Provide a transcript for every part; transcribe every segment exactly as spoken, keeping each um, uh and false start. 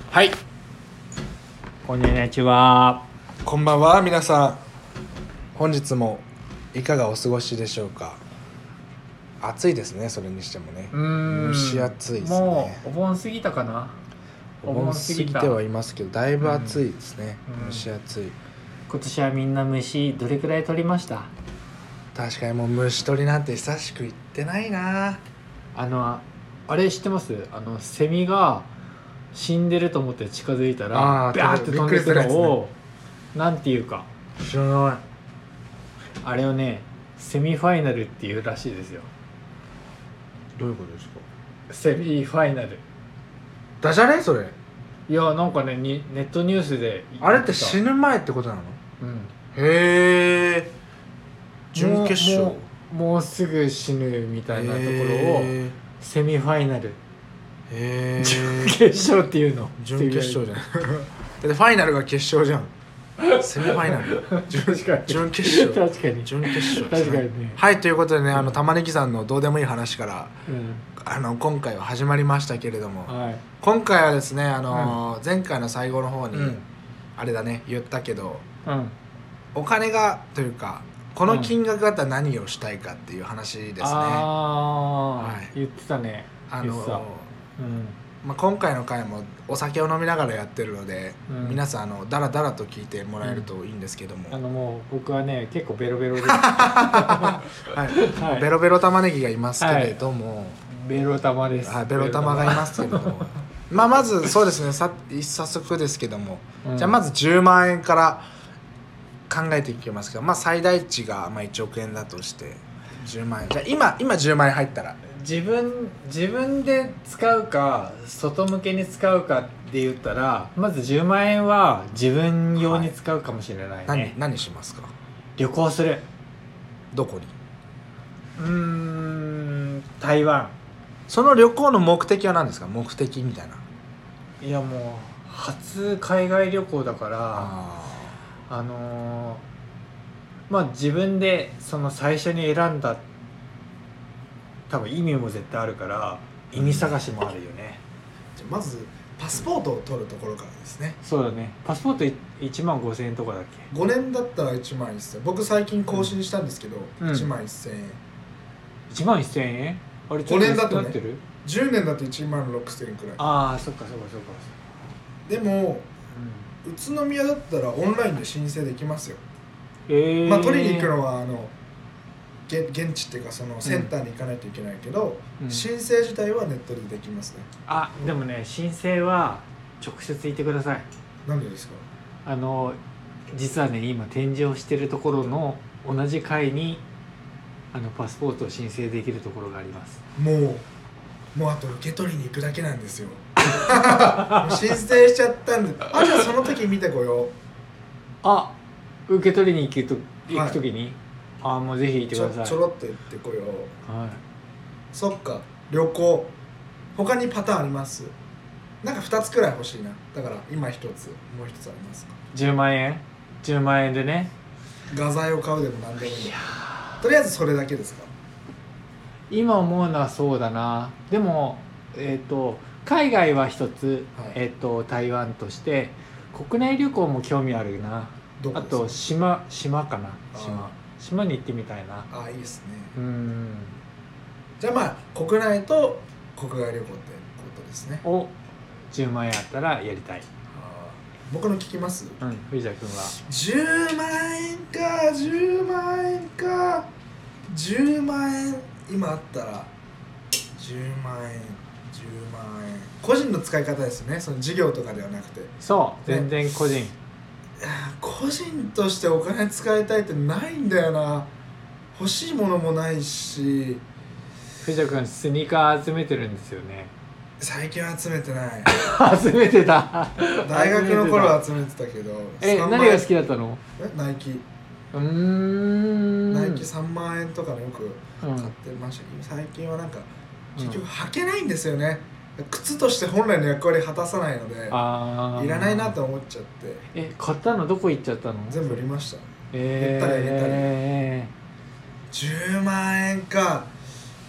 はい、 こんにちは。 こんばんは皆さん。本日もいかがお過ごしでしょうか。暑いですね。それにしてもね、 うーん蒸し暑いですもね。 うお盆過ぎたかな。 お盆過ぎてはいますけど、だいぶ暑いですね、 うん蒸し暑い。 今年はみんな虫どれくらい取りました？ 確かにもう虫取りなんて久しく行ってないな。 あのあれ知ってます？あのセミが死んでると思って近づいたらあービャーって飛んでくるのを、なんていうか知らない。 あれをねセミファイナルっていうらしいですよ。 どういうことですか？ セミファイナル。 ダジャレそれ。 いやなんかねにネットニュースであれって死ぬ、 ぬ前ってことなの？ うん、 へえ。準決勝。 もう、もう、もうすぐ死ぬみたいなところをへセミファイナル、 え。 準決勝っていうの。 準決勝じゃん。だってファイナルが決勝じゃん。セミファイナル。準確かに準決勝。 確かに準決勝、 確かにね。 はい、ということでね、あの玉ねぎさんのどうでもいい話からうんあの今回は始まりましたけれども、 はい、 今回はですね、あの、うん、前回の最後の方に、うん、あれだね言ったけど、 うん、 お金がというかこの金額だったら何をしたいかっていう話ですね。ああ、 はい、 言ってたね。 あの、 うんまあ、今回の回もお酒を飲みながらやってるので、うん、皆さんあのダラダラと聞いてもらえるといいんですけども、 うん、あのもう僕はね結構ベロベロで、 はいはい、ベロベロ玉ねぎがいますけれども、はい、 ベロ玉です、 はい、ベロ玉がいますけれどもまあまずそうですね、さ早速ですけども、うん、じゃあまずじゅうまんえんから考えていきますけど、まあ最大値がまあいちおくえんだとしてじゅうまんえん、じゃあ今今じゅうまんえん入ったら自分自分で使うか外向けに使うかって言ったら、まずじゅうまんえんは自分用に使うかもしれないね。 はい、何何しますか？ 旅行する。 どこに？ うーん台湾。 その旅行の目的は何ですか？目的みたいな。 いやもう初海外旅行だからああのー、まあ自分でその最初に選んだ多分意味も絶対あるから意味探しもあるよね。 じゃあまずパスポートを取るところからですね。 そうだね。パスポートいちまんごせんえんとかだっけ？ ごねんだったらいちまんせんえん。僕最近更新したんですけど、うん、いちまんせんえん。いちまんせんえん？あれごねんだとね、じゅうねんだといちまんろくせんえんくらい。 ああそっかそっかそっか。 でも、うん、宇都宮だったらオンラインで申請できますよ。 えー、 まあ取りに行くのはあの現地っていうかそのセンターに行かないといけないけど、うん、申請自体はネットでできますね。 あでもね申請は直接行ってください。 なんでですか？ あの実はね今展示をしてるところの同じ階にあのパスポートを申請できるところがあります。 もうもうあと受け取りに行くだけなんですよ申請しちゃったんで、あじゃあその時見てこよう。 あ受け取りに行くと行く時に、はい、あもうぜひ行ってください。 ちょ、ちょろっと行ってこよう。 はい。 そっか、旅行他にパターンあります？なんかふたつくらい欲しいな。だから今ひとつもうひとつありますか？ じゅうまんえんじゅうまんえんでね画材を買うでも何でもいい。いやとりあえずそれだけですか？ 今思うのはそうだな。でもえっ、ー、と海外はひとつ、はい、えっ、ー、と台湾として国内旅行も興味あるな。 どこですか？ あと島島かな。島島に行ってみたいな。 ああいいですね。 うんじゃあまあ国内と国外旅行ってことですね。 をじゅうまんえんあったらやりたい。 僕の聞きます？ うん、藤田君はじゅうまんえんかじゅうまんえんかじゅうまんえん今あったらじゅうまんえんじゅうまんえん個人の使い方ですね。その事業とかではなくて。 そう、ね、全然個人。 個人としてお金使いたいってないんだよな。欲しいものもないし。 藤田君スニーカー集めてるんですよね。 最近は集めてない集めてた大学の頃は集めてたけど。 え何が好きだったの？ えナイキ。 うーんナイキさんまんえんとかでよく買ってましたけど、うん、最近はなんか結局履けないんですよね、うん、靴として本来の役割果たさないのであいらないなと思っちゃって。 え買ったのどこ行っちゃったの？ 全部売りました。 えー、 減ったり減ったり、えー、じゅうまんえんか。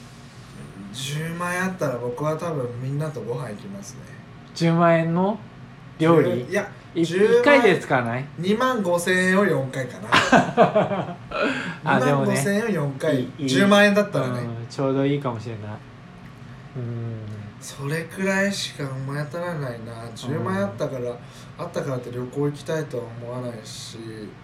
じゅうまんえんあったら僕は多分みんなとご飯行きますね。 じゅうまんえんの料理いやいっかいで使わない？ にまんごせんえんをよんかいかなあでもねにまんごせんえんをよんかいいいじゅうまんえんだったらね、 うん、ちょうどいいかもしれない。うんそれくらいしか思い当たらないな。じゅうまん円あったから、あったからって旅行行きたいとは思わないし、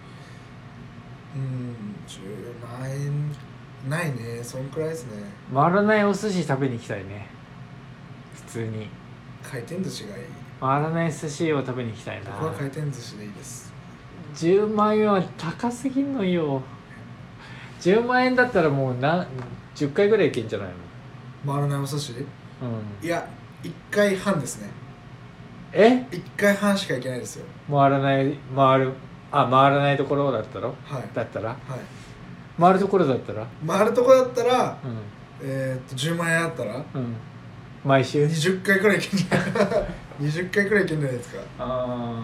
うんじゅうまんえんないね。そんくらいですね。 回らないお寿司食べに行きたいね。普通に回転寿司がいい。 回らない寿司を食べに行きたいな。 僕は回転寿司でいいです。 じゅうまん円は高すぎんのよ。じゅうまん円だったらもうなじゅっかいぐらい行けんじゃないの？ 回らないお寿司、 うん、 いやいっかいはんですね。 えいっかいはんしか行けないですよ。 回らない回るあ回らないところだったろ、 はいだったらはい回るところだったら回るとこだったら、 うえー、っとじゅうまん円あったらん、うん、毎週にじゅっかいくらい行けんじゃないにじゅっかいくらい行けんじゃないですか。 あ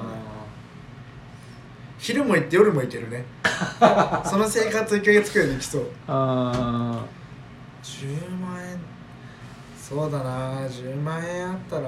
昼も行って夜も行けるねその生活いっかげつくらいできそう。 あじゅうまんえんそうだな。じゅうまん円あったら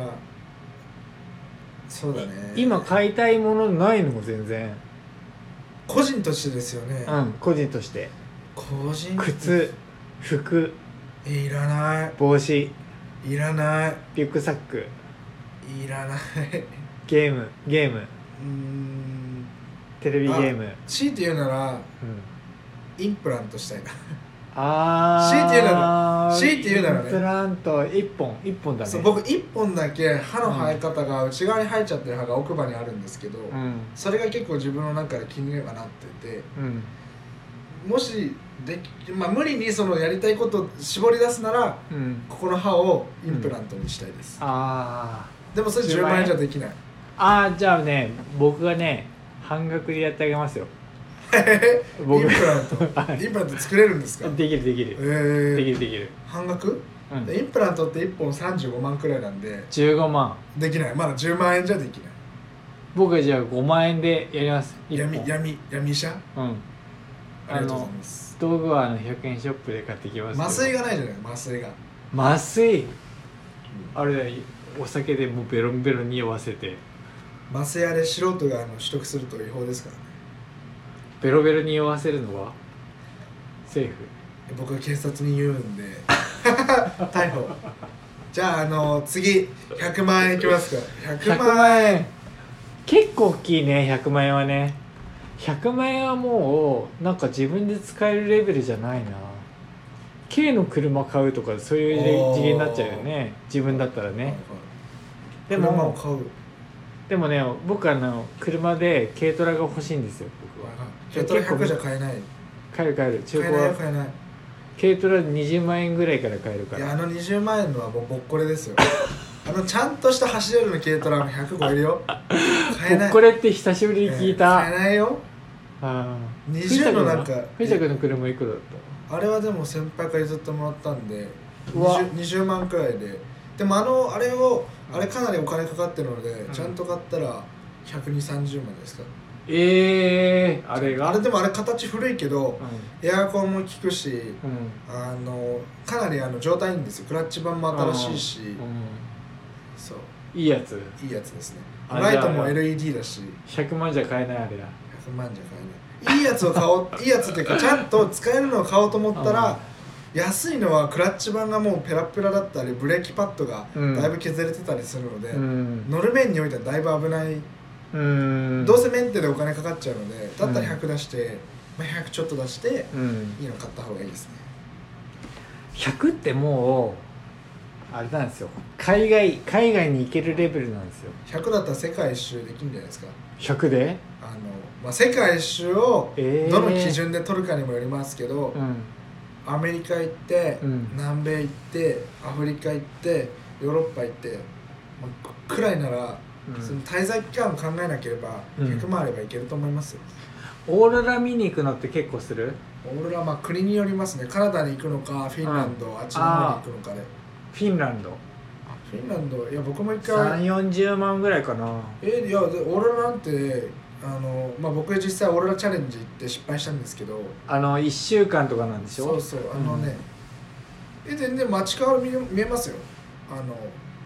そうだね。 今買いたいものないの？全然。 個人としてですよね。 うん個人として個人靴服えいらない帽子いらないリュックサックいらないゲームゲームうーんテレビゲーム強いて言うならうんインプラントしたいなあ強いて言うならー強いて言うならねインプラントいっぽんいっぽんだね。 そう僕いっぽんだけ歯の生え方が内側に生えちゃってる歯が奥歯にあるんですけど、 うんそれが結構自分の中で気にはなってて、 うんもしでき、まあ、無理にそのやりたいことを絞り出すならうんここの歯をインプラントにしたいです、 あでもそれじゅうまん円じゃできないーあーじゃあね僕がね半額でやってあげますよ。 イ僕ンプラントはいインプラント作れるんですか？ できるできるえー、 できるできる、 半額、 うん、 インプラントっていっぽんさんじゅうごまんくらいなんでじゅうごまんできない。まだじゅうまん円じゃできない。 僕はじゃあごまん円でやりますいっぽん。 闇闇闇医者うんありがとうございます。 道具はあのひゃくえんショップで買ってきますけど麻酔がないじゃない麻酔が、 麻酔あれお酒でもうベロンベロンに酔わせて麻酔あれ素人があの取得すると違法ですからね。 ベロベロに酔わせるのはセーフ。 僕は警察に言うんで逮捕。じゃああの次ひゃくまん円いきますか。 ひゃくまん円結構大きいね。ひゃくまん円はねひゃくまん円はもうなんか自分で使えるレベルじゃないな。軽の車買うとかそういう次元になっちゃうよね自分だったらね。で車をも買う。 でもね僕あの車で軽トラが欲しいんですよ僕は。 軽トラひゃくじゃ買えない。 買える買える中買えないよ古買えない。 軽トラにじゅうまん円ぐらいから買えるから。 いやあのにじゅうまん円のはもうボッコレですよあのちゃんとした走れるの軽トラはひゃく超えるよ。買えない。 これって久しぶりに聞いた、 えー買えないよ。 あーにじゅうのなんか藤田君の車いくらだっあれはでも先輩から譲ってもらったんでうわにじゅう, にじゅうまんくらいで。でもあのあれをあれかなりお金かかってるので、 うんちゃんと買ったらひゃくにじゅう、さんじゅうまんですか。 たええー、あれがあれでもあれ形古いけどうエアコンも効くし、 んうんあのかなりあの状態いいんですよ。クラッチ板も新しいし、 うんそういいやついいやつですね。 あライトもじゃあエルイーディー だしひゃくまんじゃ買えないあれだ。 ひゃくまんじゃ買えない。いいやつを買おういいやつっていうかちゃんと使えるのを買おうと思ったら、安いのはクラッチ板がもうペラペラだったりブレーキパッドがだいぶ削れてたりするので、 うん乗る面においてはだいぶ危ない、 うんどうせメンテでお金かかっちゃうのでだったらひゃく出して、まあ、ひゃくちょっと出してうんいいの買った方がいいですね。 ひゃくってもうあれなんですよ海外海外に行けるレベルなんですよ。 ひゃくだったら世界一周できるんじゃないですか。 ひゃくであの、まあ、世界一周をえーどの基準で取るかにもよりますけど、 うんアメリカ行って、 うん南米行ってアフリカ行ってヨーロッパ行って、まあ、くらいなら、 うんその滞在期間を考えなければうんひゃくまんあればいけると思いますよ。 オーロラ見に行くのって結構する？ オーロラまあ国によりますね。カナダに行くのかフィンランド、あっちの方に行くのかで。 フィンランドフィンランドいや僕も一さん回じゅうよんじゅうまんぐらいかな。 えいやでオーロラなんてあの、まあ、僕実際オーロラチャレンジ行って失敗したんですけど、 あのいっしゅうかんとかなんでしょ。 そうそうあのね、え全然街から見え見えますよ。あの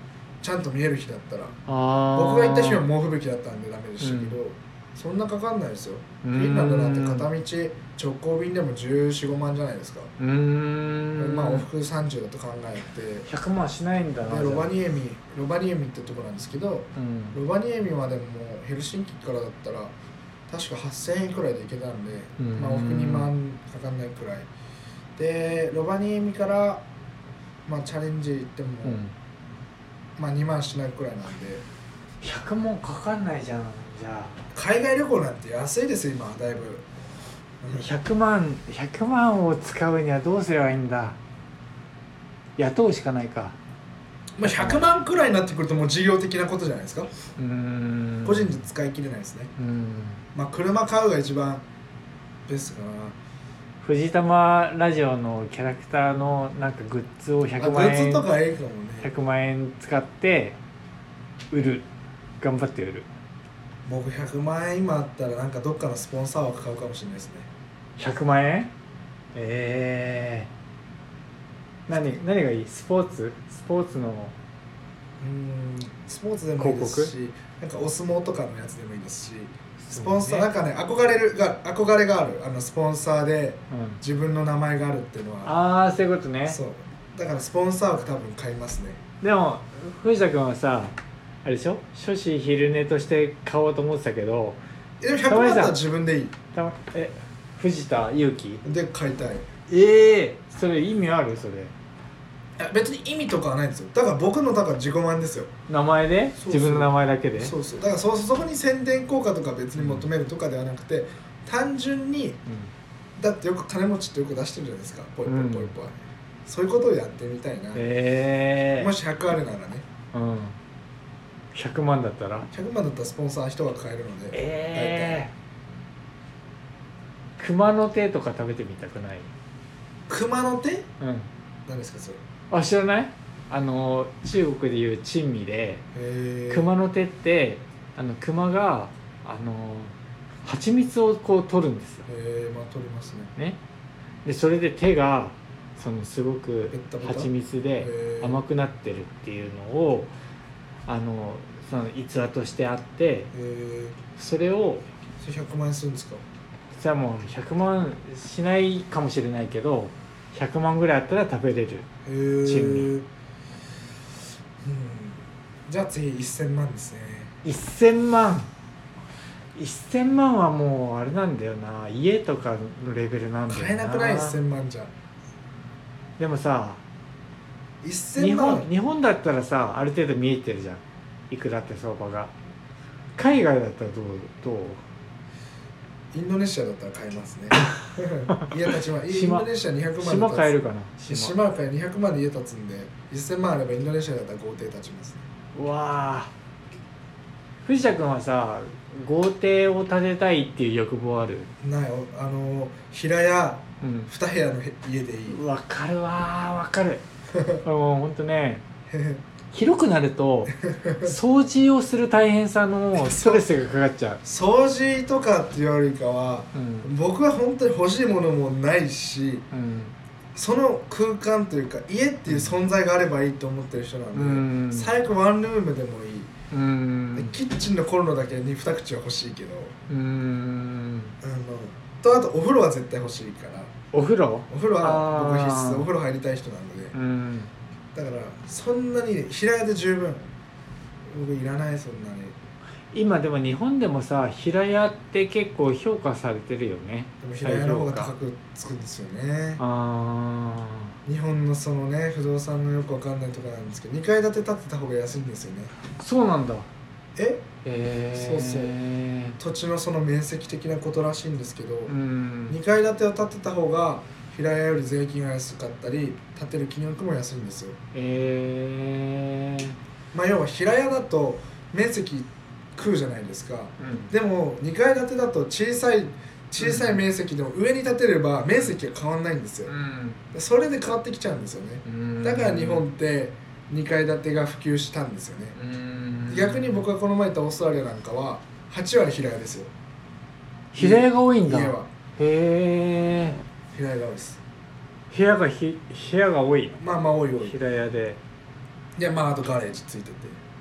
ちゃんと見える日だったら。 あ僕が行った日は猛吹雪だったんでダメでしたけど、うん、そんなかかんないですよ。フィンランドなんて片道直行便でもじゅうよん、ごまんじゃないですか。 うーん、 まあ往復さんじゅうだと考えてひゃくまんしないんだな。 でロバニエミロバニエミってとこなんですけど、うん、ロバニエミまでもヘルシンキからだったら確かはっせんえんくらいで行けたんで、まあ、往復にまんかかんないくらいで、ロバニエミから、まあ、チャレンジ行っても、うん、まあ、にまんしないくらいなんでひゃくまんかかんないじゃん。じゃあ海外旅行なんて安いですよ今だいぶ。 ひゃくまんひゃくまんを使うにはどうすればいいんだ。雇うしかないか。 まあひゃくまんくらいになってくるともう事業的なことじゃないですか。うーん、個人で使い切れないですね。うん、まあ車買うが一番ベストかな。 藤玉ラジオのキャラクターのなんかグッズをひゃくまんえん、 グッズとかええかもね。 ひゃくまんえん使って売る、頑張って売る。 僕ひゃくまんえん今あったらなんかどっかのスポンサー枠買うかもしれないですね。 ひゃくまんえん？ええー、何何がいい？スポーツ？スポーツのうーんスポーツでもいいですし、なんかお相撲とかのやつでもいいですし、スポンサー、ね、なんかね憧れるが憧れがあるあのスポンサーで自分の名前があるっていうのは、うん、 ああそういうことね。 そうだからスポンサー枠多分買いますね。 でも藤田君はさあれでしょ、初子昼寝として買おうと思ってたけど、 でもひゃくまんだったら自分でいい。 たまえ藤田祐樹で買いたい。 ええー、それ意味ある？それ別に意味とかはないんですよ。だから僕のだから自己満ですよ。 名前で？そうそう、自分の名前だけで？ そうそう、だからそそこに宣伝効果とか別に求めるとかではなくて、うん、単純に、うん、だってよく金持ちってよく出してるじゃないですか、ポイポイポイポイ、うん、そういうことをやってみたいな、えー、もしひゃくあるならね、うん、 ひゃくまんだったらひゃくまんだったらスポンサー人が買えるので、 えー、熊の手とか食べてみたくない？ 熊の手？うん、何ですかそれ？ あ、知らない？あの中国でいう珍味で熊の手ってあの熊があの蜂蜜をこう取るんですよ。 へえ、まあ取りますね。 ね。でそれで手がそのすごく蜂蜜で甘くなってるっていうのをあのその逸話としてあって、それをそれひゃくまんえんするんですか？ じゃあもうひゃくまんしないかもしれないけどひゃくまんぐらいあったら食べれる珍味。うん、 じゃあ次せんまんですね。 せんまんせんまんはもうあれなんだよな、家とかのレベルなんだよな。 買えなくない？せんまんじゃ。 でもさせんまん日本、日本だったらさある程度見えてるじゃん、いくらって相場が。海外だったらどうどう？ インドネシアだったら買えますね。家建ちまインドネシアにひゃくまんで島買えるかな。 島島買えにひゃくまんで家建つんでせんまんあればインドネシアだったら豪邸建ちますね。 うわあ、藤田君はさ豪邸を建てたいっていう欲望ある？ ない。あの平屋に部屋の家でいい。 わ、うん、かるわわかる。もうほんとね広くなると掃除をする大変さのストレスがかかっちゃう。 掃除とかっていうよりかは、うん、僕は本当に欲しいものもないし、うん、その空間というか家っていう存在があればいいと思ってる人なんで、うん、最悪ワンルームでもいい、うん、キッチンのコンロだけにに口は欲しいけど、うん、あのとあとお風呂は絶対欲しいから。 お風呂お風呂は僕必須。お風呂入りたい人なので、うん、だからそんなに平屋で十分。僕いらないそんなに。 今でも日本でもさ平屋って結構評価されてるよね。 でも平屋の方が高くつくんですよね。あ日本のそのね不動産のよくわかんないところなんですけどにかい建て建てた方が安いんですよね。 そうなんだ。 ええー、そうそう土地のその面積的なことらしいんですけど、うん、にかい建てを建てた方が平屋より税金が安かったり建てる金額も安いんですよ。えー、まあ要は平屋だと面積食うじゃないですか、うん、でもにかい建てだと小さい小さい面積でも上に建てれば面積が変わんないんですよ、うん、それで変わってきちゃうんですよね、うん、だから日本ってにかい建てが普及したんですよね、うん、逆に僕がこの前行ったオーストラリアなんかははちわり平屋ですよ。 平屋が多いんだ。 家はへえ。平屋が多いです。 部屋がひ部屋が多い。 まあまあ多い多い。 平屋でいやまああとガレージついてて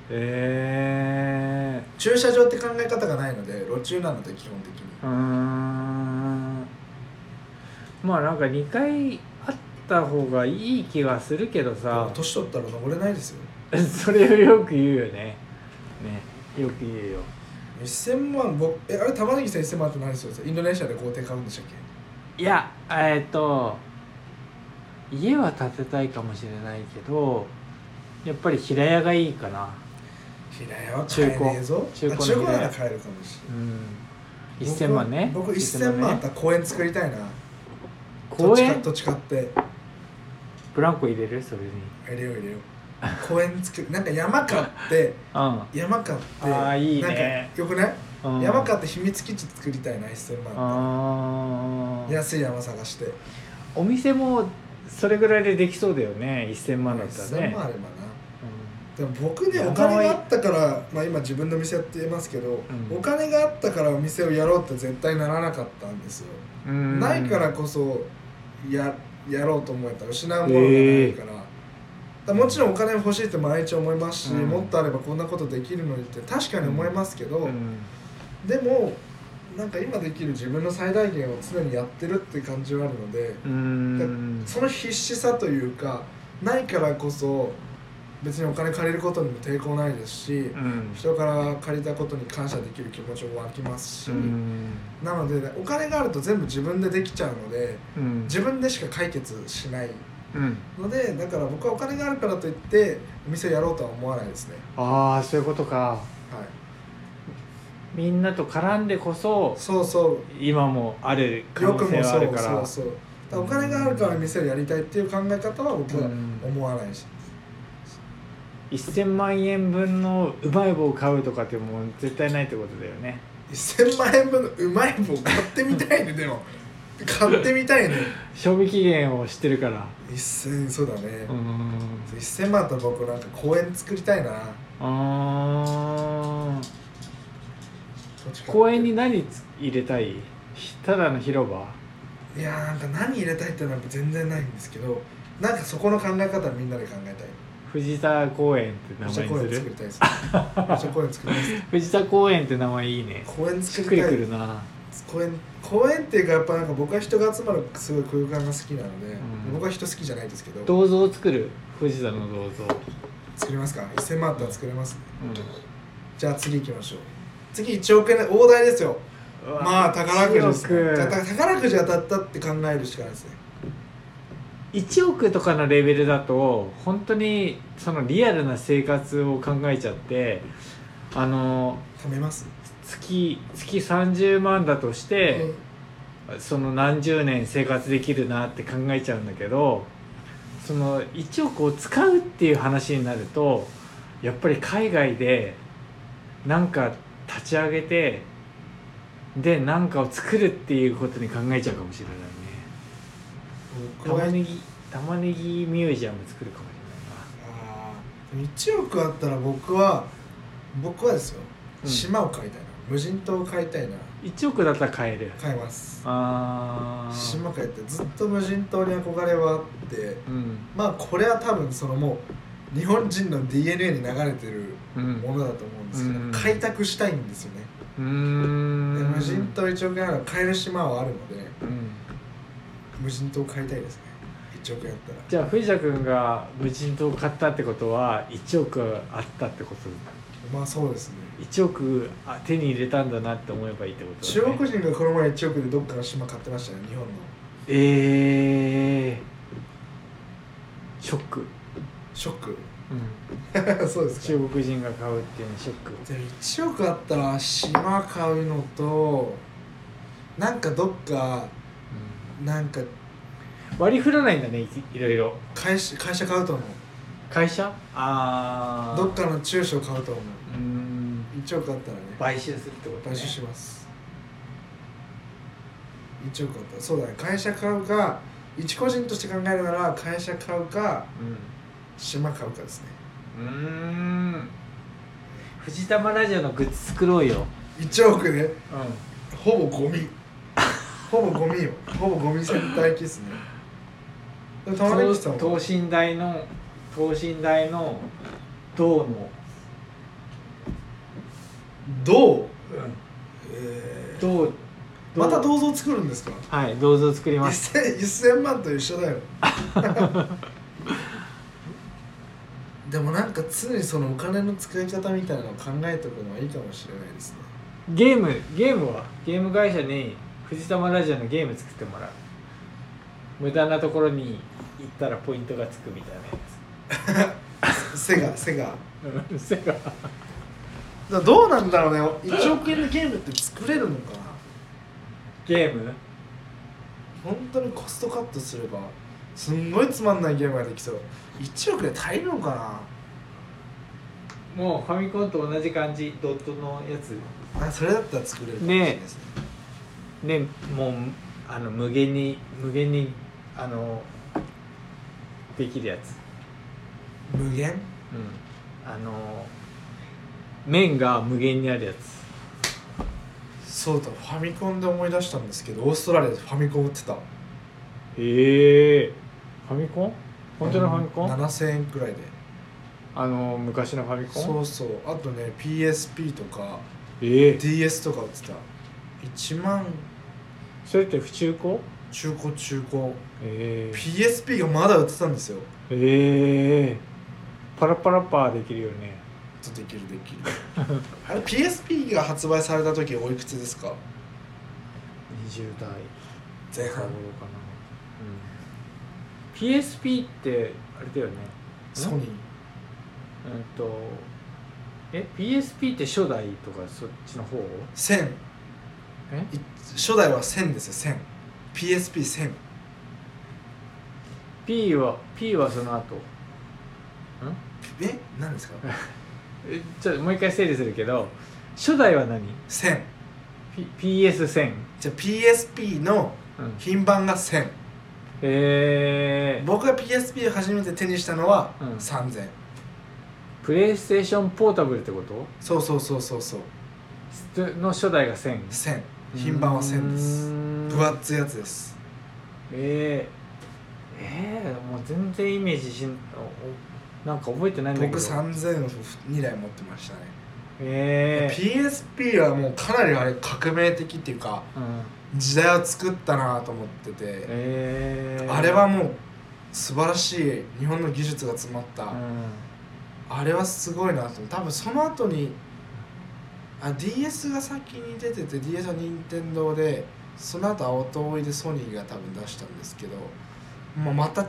え駐車場って考え方がないので路中なので基本的にー、うーんまあなんかにかいあった方がいい気はするけどさ年取ったら登れないですよそれをよく言うよねねよく言うよせんまん僕えあれ玉ねぎさんせんまんって何ですよインドネシアで豪邸買うんでしたっけ。 いやえっと家は建てたいかもしれないけどやっぱり平屋がいいかな。 平屋は買えねえぞ。 中古中古なら買えるかもしれない、うん、 せんまんね。 僕せんまんあったら公園作りたいな。 公園土地買ってブランコ入れるそれに入れよう入れよう公園作るなんか山買って、うん、山買ってああいいねなんかよくない、うん、山買って秘密基地作りたいなせんまんあ安い山探してお店もそれぐらいでできそうだよねせんまんだったらねせんまんあればな、うん、でも僕ねお金があったから、まあ、今自分の店やってますけど、うん、お金があったからお店をやろうって絶対ならなかったんですよ。ないからこそや, やろうと思えたら失うものがないから、えー、だもちろんお金欲しいって毎日思いますし、うん、もっとあればこんなことできるのにって確かに思いますけど、うん、でもなんか今できる自分の最大限を常にやってるって感じはあるので、うん、その必死さというかないからこそ別にお金借りることにも抵抗ないですし、うん、人から借りたことに感謝できる気持ちも湧きますし、うん、なので、ね、お金があると全部自分でできちゃうので、うん、自分でしか解決しないので、だから僕はお金があるからといってお店をやろうとは思わないですね。 ああそういうことか。はい。みんなと絡んでこそそうそう今もある可能性はあるから。 そうそうそう。だからお金があるから店をやりたいっていう考え方は僕は思わないし。 せんまんえんぶんのうまい棒を買うとかってもう絶対ないってことだよね。 せんまんえんぶんのうまい棒買ってみたいねでも買ってみたいね賞味期限を知ってるからせんそうだねうんせんまんあったら僕なんか公園作りたいなあ公園に何入れたいただの広場いやーなんか何入れたいってのは全然ないんですけどなんかそこの考え方はみんなで考えたい藤田公園って名前にする。 藤田公園作りたいです、ね、藤田公園作りたいです藤田公園って名前いいね。 公園作りたい。しっくりくるな。公園公園っていうかやっぱなんか僕は人が集まるすごい空間が好きなので、うん、僕は人好きじゃないですけど。 銅像を作る藤田の銅像。 作りますか。せんまんあったら作れますね。うん、じゃあ次行きましょう。次いちおくえん大台ですよ。まあ宝くじですね。宝くじ当たったって考えるしかないですね。 いちおくとかのレベルだと本当にそのリアルな生活を考えちゃってあの貯めます月月さんじゅうまんだとして、うん、その何十年生活できるなって考えちゃうんだけどそのいちおくを使うっていう話になるとやっぱり海外でなんか立ち上げてで何かを作るっていうことに考えちゃうかもしれないね。玉ねぎ玉ねぎミュージアム作るかもしれないな。 あいちおくあったら僕は僕はですよ、うん、島を買いたいな無人島を買いたいないちおくだったら買える買えますあ島買えてずっと無人島に憧れはあって、うん、まあこれは多分そのもう日本人の ディーエヌエー に流れてるものだと思うんですけど、うん、開拓したいんですよね。うーんで無人島いちおくえんあれば買える島はあるので、うん無人島買いたいですね。いちおくえんあったら。 じゃあ藤田君が無人島を買ったってことはいちおくあったってことまあそうですね。 いちおく手に入れたんだなって思えばいいってことだね。 中国人がこの前いちおくでどっかの島買ってましたね日本の。 えー、ショックショックうん、 そうですか。 中国人が買うっていうのショック。 でいちおくあったら島買うのとなんかどっかなんか割り振らないんだね い, いろいろ会社会社買うと思う。 会社ああどっかの中小買うと思う。うんいちおくあったらね買収するってことね。 買収します。いちおくあったらそうだね会社買うか一個人として考えるなら会社買うか、うん、島買うかですね。 うーん藤玉ラジオのグッズ作ろうよ。 いちおくで、うん、ほぼゴミほぼゴミよ。ほぼゴミ洗濯機ですね。 等身大の等身大の銅の銅、 うんえー、 銅また銅像作るんですか？ はい銅像作ります。 せんまんと一緒だよでもなんか常にそのお金の使い方みたいなのを考えておくのはいいかもしれないですね。 ゲームゲームはゲーム会社に藤玉ラジオのゲーム作ってもらう。無駄なところに行ったらポイントがつくみたいなやつセガセガつセガだどうなんだろうね。いちおくえんのゲームって作れるのかな。 ゲーム本当にコストカットすればすんごいつまんないゲームができそう。いちおくで足りるのかな。もうファミコンと同じ感じドットのやつな。あ、それだったら作れるかもしれないですね。 ね、もうあの無限に無限にあのできるやつ。 無限？ うん。あの面が無限にあるやつ。 そうだ、ファミコンで思い出したんですけど、オーストラリアでファミコン売ってた。 へえー、ファミコン？本当のファミコン？ ななせんえんくらいで。 あの昔のファミコン？ そうそう。あとね ピーエスピー とか、 えー、 ディーエス とか売ってた。いちまん。 それって不中古？ 中古中古。 えー、 ピーエスピー がまだ売ってたんですよ。 えー、パラパラパーできるよね。 できるできるあれ ピーエスピー が発売された時おいくつですか？ にじゅう代前半。 頃かな、うん、ピーエスピー ってあれだよね。 ソニー。 うんとえ ピーエスピー って初代とかそっちの方？ せん。 え初代はせんですよ。せん ピーエスピーせん。 P は P はその後んえ何ですか？ えちょっともう一回整理するけど初代は何？ せん。 ピーエスせん。 じゃあ ピーエスピー の品番がせん。 えー、 僕が ピーエスピー を初めて手にしたのはうんさんぜん。 プレイステーションポータブルってこと？ そうそうそうそうそうの初代がせん。 せん。品番はせんです。分厚いやつです。 えー、えー、もう全然イメージしんなんか覚えてないんだけど僕さんぜんをにだい持ってましたね。 えー、 ピーエスピー はもうかなりあれ革命的っていうか、うん、時代を作ったなと思ってて、 えー、 あれはもう素晴らしい日本の技術が詰まった、うん、あれはすごいなと思って。多分その後にあ ディーエス が先に出てて ディーエス は任天堂でその後後追いでソニーが多分出したんですけど、まあ、また違った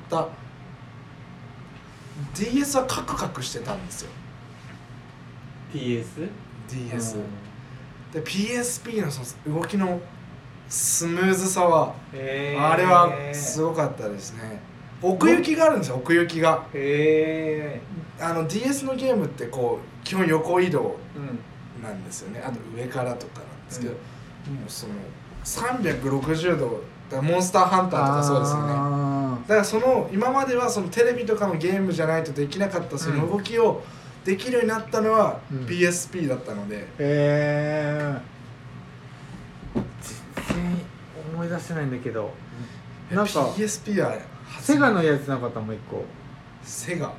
ディーエス はカクカクしてたんですよ。 ディーエス？ ディーエス、うん、で ピーエスピー のその動きのスムーズさは、えー、あれはすごかったですね。奥行きがあるんですよ。奥行きが、えー、あの ディーエス のゲームってこう基本横移動なんですよね、うん、あと上からとかなんですけど、うん、もうそのさんびゃくろくじゅうどだからモンスターハンターとかそうですよね。だからその今まではそのテレビとかのゲームじゃないとできなかったその動きをできるようになったのは ピーエスピー だったので、うん、 えー、全然思い出せないんだけど、 なんか ピーエスピー はセガのやつなかった？もう一個セガ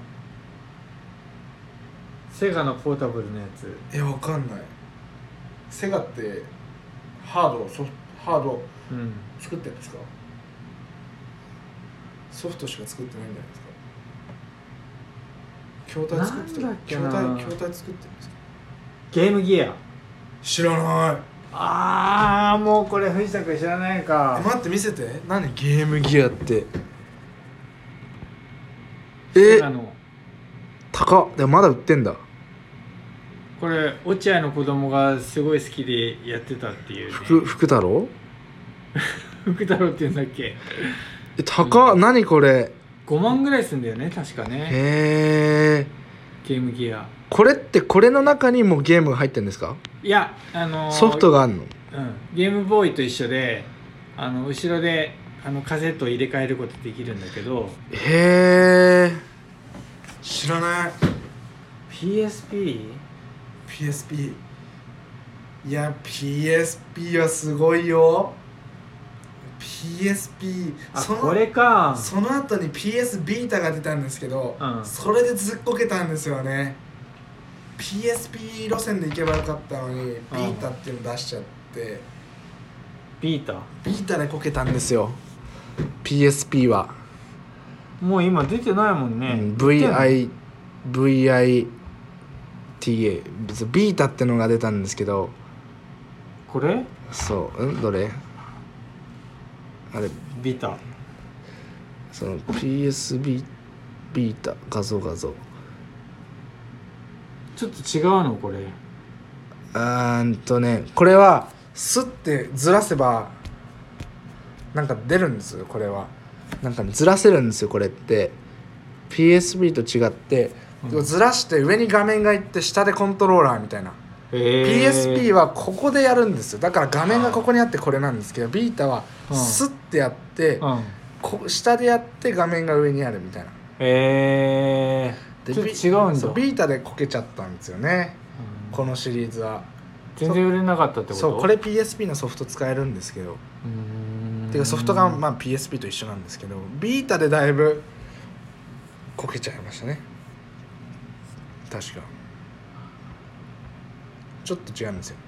セガのポータブルのやつ。 え、わかんない。セガってハードソフトハード作ってるんですか？うん、ソフトしか作ってないんじゃないですか？筐体作ってたっけ？筐体筐体作ってるんですか？ ゲームギア。 知らない。 ああ、もうこれ藤田君知らないか。 え、待って見せて。何ゲームギアって。え、高っ。でもまだ売ってんだ。 これ落合の子供がすごい好きでやってたっていう、ね、 福福太郎福太郎って言うんだっけ。 え、高っ、うん、何これ。 ごまんぐらいするんだよね確かね。 へえ。 ゲームギア。 これってこれの中にもゲームが入ってるんですか？ いや、あのー、 ソフトがあるの？ うん、ゲームボーイと一緒で、あの後ろであのカセットを入れ替えることできるんだけど。 へえ。知らない。 ピーエスピー？ ピーエスピー いや ピーエスピー はすごいよ。 ピピーエスピーあそのこれかその後に ピーエス ビータが出たんですけど、 うん、 それでずっこけたんですよね。 ピーエスピー 路線で行けばよかったのに、ビータっていうの出しちゃってビータビータでこけたんですよ ピーエスピー は。 もう今出てないもんね、 うん、ブイアイ ブイアイティーエー ビータってのが出たんですけど、 これそううんどれあれビータその ピーエスビー ビータ画像画像ちょっと違うのこれ。 あーんとねこれはスッてずらせばなんか出るんですよ。これはなんか、ね、ずらせるんですよ。これって ピーエスビー と違って、うん、ずらして上に画面がいって下でコントローラーみたいな、 えー、 ピーエスピー はここでやるんですよ。だから画面がここにあってこれなんですけど、ビータはスッてやって、うん、こ下でやって画面が上にあるみたいな。 えー、でちょっと違うんだ。 ビータでこけちゃったんですよね、うん、このシリーズは。 全然売れなかったってこと？ そうこれ ピーエスピー のソフト使えるんですけど、うーんてかソフトがまあ ピーエスピー と一緒なんですけど、ビータでだいぶこけちゃいましたね。確かちょっと違うんですよ。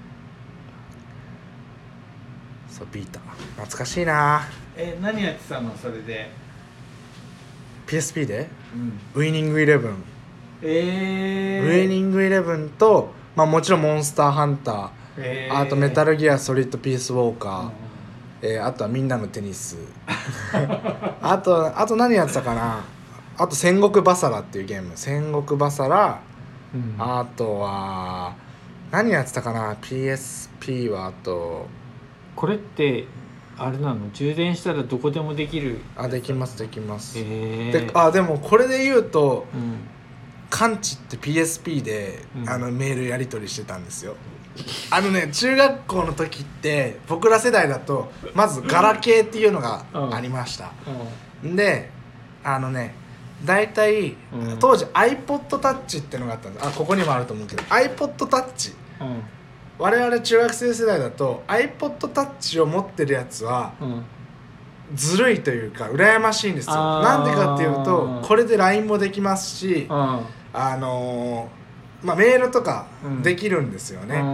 そうビータ懐かしいな。 え何やってたのそれで？ ピーエスピー で、 うん、 ウイニングイレブン、 えー、 ウイニングイレブンと、まあ、もちろんモンスターハンター、えー、あとメタルギアソリッドピースウォーカー、うんえー、あとはみんなのテニスあとあと何やってたかな。あと戦国バサラっていうゲーム、戦国バサラ、うん、あとは何やってたかな ピーエスピー は。あとこれってあれなの？充電したらどこでもできる？ あできますできます、 えー、 であでもこれで言うと、うん、カンチって ピーエスピー で、うん、あのメールやり取りしてたんですよ。あのね中学校の時って僕ら世代だとまずガラケーっていうのがありました、うん、であのね大体、うん、当時 iPod Touch ってのがあったんです。あここにもあると思うけど iPod Touch、うん、我々中学生世代だと iPod Touch を持ってるやつは、うん、ずるいというか羨ましいんですよ。なんでかっていうとこれで ライン もできますし、あのーまあ、メールとかできるんですよね、うん、